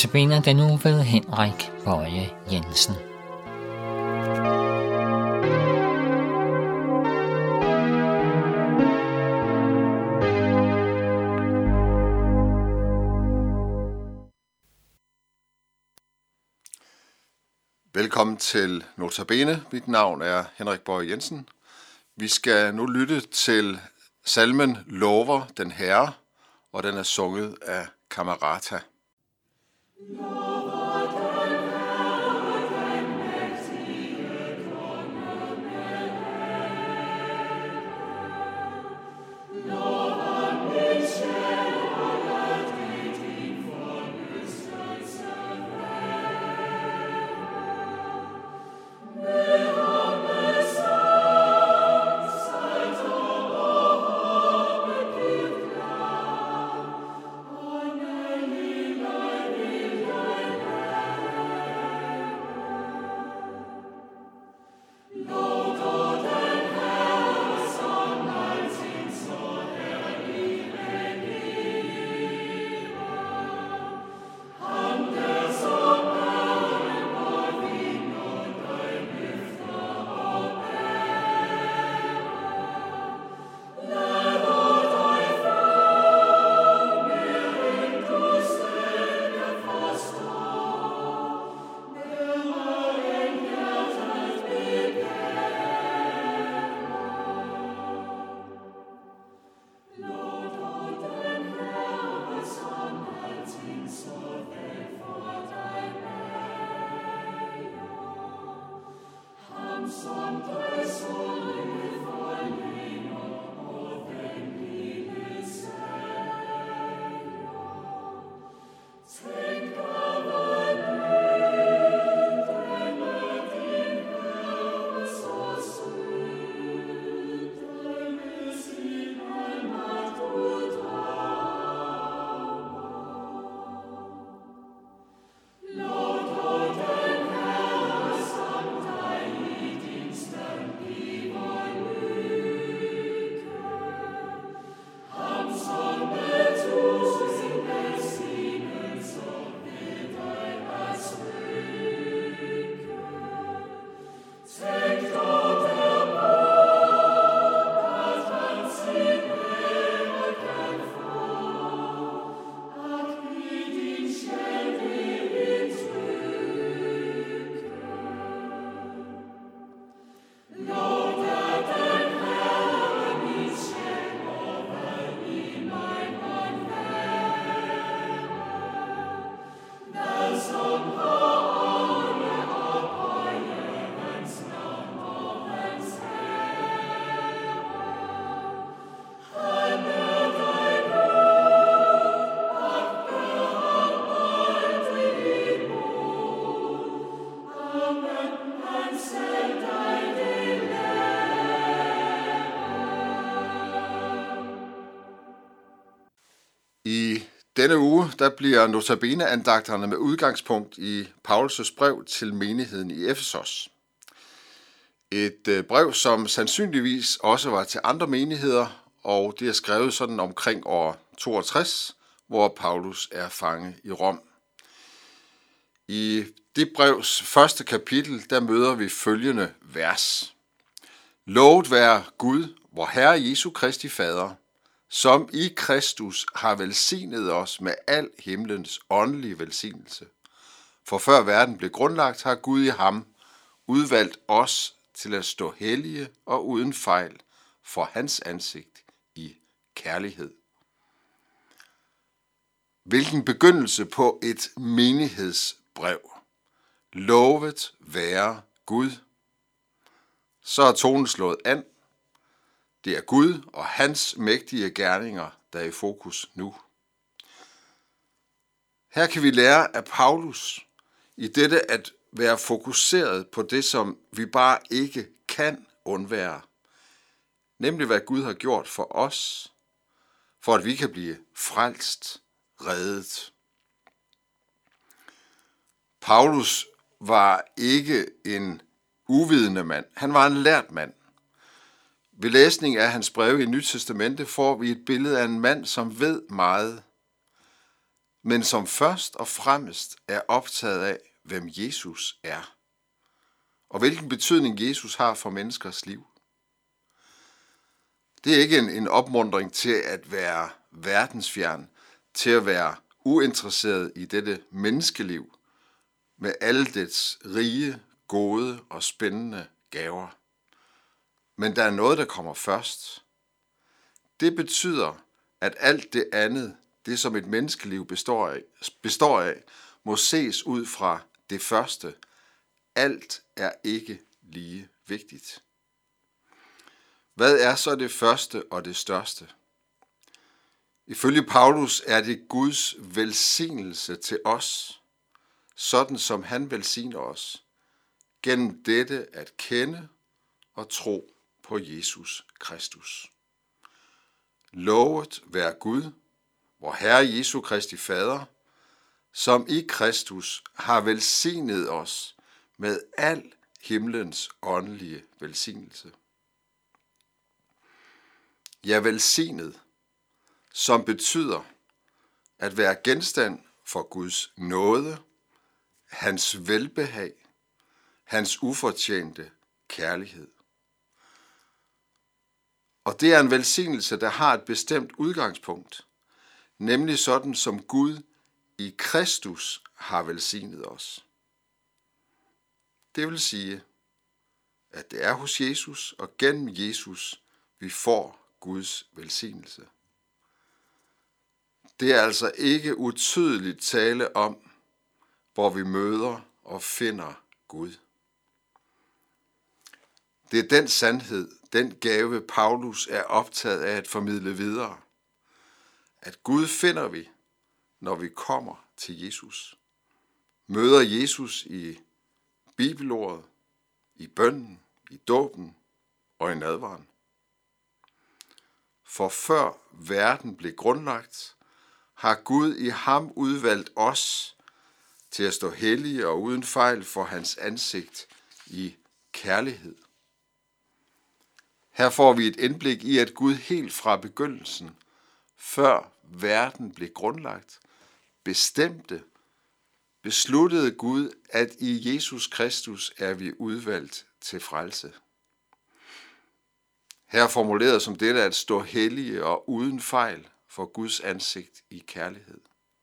Notabene den uge ved Henrik Bøje Jensen. Velkommen til Notabene. Mit navn er Henrik Bøje Jensen. Vi skal nu lytte til salmen Lover den Herre, og den er sunget af Camerata. I denne uge der bliver notabene-andagterne med udgangspunkt i Paulus' brev til menigheden i Efesos. Et brev, som sandsynligvis også var til andre menigheder, og det er skrevet sådan omkring år 62, hvor Paulus er fange i Rom. I det brevs første kapitel, der møder vi følgende vers. Lovet være Gud, vor Herre Jesu Kristi Fader, som i Kristus har velsignet os med al himlens åndelige velsignelse. For før verden blev grundlagt, har Gud i ham udvalgt os til at stå hellige og uden fejl for hans ansigt i kærlighed. Hvilken begyndelse på et menighedsbrev. Lovet være Gud. Så er tonen slået an. Det er Gud og hans mægtige gerninger, der er i fokus nu. Her kan vi lære af Paulus i dette at være fokuseret på det, som vi bare ikke kan undvære. Nemlig hvad Gud har gjort for os, for at vi kan blive frelst, reddet. Paulus var ikke en uvidende mand. Han var en lært mand. Ved læsning af hans breve i Nyt Testamente får vi et billede af en mand, som ved meget. men som først og fremmest er optaget af, hvem Jesus er, og hvilken betydning Jesus har for menneskers liv. Det er ikke en opmuntring til at være verdensfjern, til at være uinteresseret i dette menneskeliv, med alle dets rige, gode og spændende gaver. Men der er noget, der kommer først. Det betyder, at alt det andet, det som et menneskeliv består af, må ses ud fra det første. Alt er ikke lige vigtigt. Hvad er så det første og det største? Ifølge Paulus er det Guds velsignelse til os, sådan som han velsigner os, gennem dette at kende og tro på Jesus Kristus. Lovet være Gud, vor Herre Jesu Kristi Fader, som i Kristus har velsignet os med al himlens åndelige velsignelse. Ja, velsignet, som betyder at være genstand for Guds nåde, hans velbehag, hans ufortjente kærlighed. Og det er en velsignelse, der har et bestemt udgangspunkt, nemlig sådan som Gud i Kristus har velsignet os. Det vil sige, at det er hos Jesus og gennem Jesus, vi får Guds velsignelse. Det er altså ikke utydeligt tale om, hvor vi møder og finder Gud. Det er den sandhed, den gave Paulus er optaget af at formidle videre. At Gud finder vi, når vi kommer til Jesus. Møder Jesus i bibelordet, i bønnen, i dåben og i nadveren. For før verden blev grundlagt, har Gud i ham udvalgt os til at stå hellige og uden fejl for hans ansigt i kærlighed. Her får vi et indblik i, at Gud helt fra begyndelsen, før verden blev grundlagt, besluttede Gud, at i Jesus Kristus er vi udvalgt til frelse. Her formuleret som dette at stå hellige og uden fejl for Guds ansigt i kærlighed.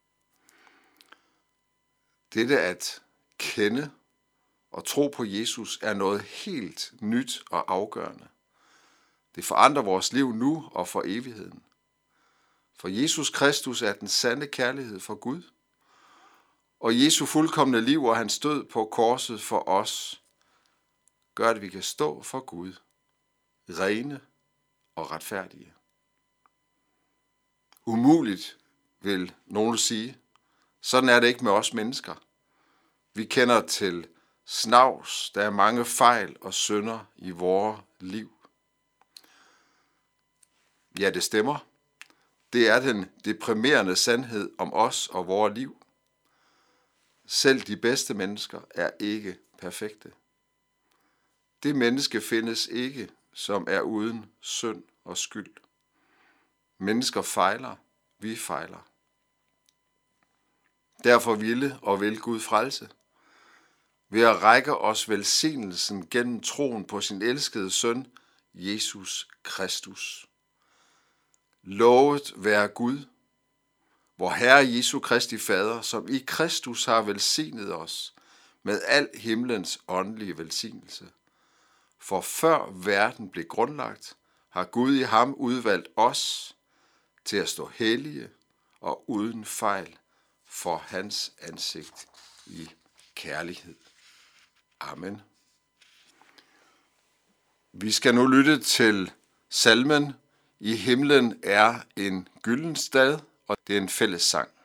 Dette at kende og tro på Jesus er noget helt nyt og afgørende. Det forandrer vores liv nu og for evigheden. For Jesus Kristus er den sande kærlighed for Gud, og Jesu fuldkomne liv og hans død på korset for os, gør, at vi kan stå for Gud, rene og retfærdige. Umuligt, vil nogen sige. Sådan er det ikke med os mennesker. Vi kender til snavs, der er mange fejl og synder i vores liv. Ja, det stemmer. Det er den deprimerende sandhed om os og vores liv. Selv de bedste mennesker er ikke perfekte. Det menneske findes ikke, som er uden synd og skyld. Mennesker fejler, vi fejler. Derfor ville og vil Gud frelse. Ved at række os velsignelsen gennem troen på sin elskede søn, Jesus Kristus. Lovet være Gud, vor Herre Jesu Kristi Fader, som i Kristus har velsignet os med al himlens åndelige velsignelse. For før verden blev grundlagt, har Gud i ham udvalgt os til at stå hellige og uden fejl for hans ansigt i kærlighed. Amen. Vi skal nu lytte til salmen "I himlen er en gylden stad", og det er en fællessang.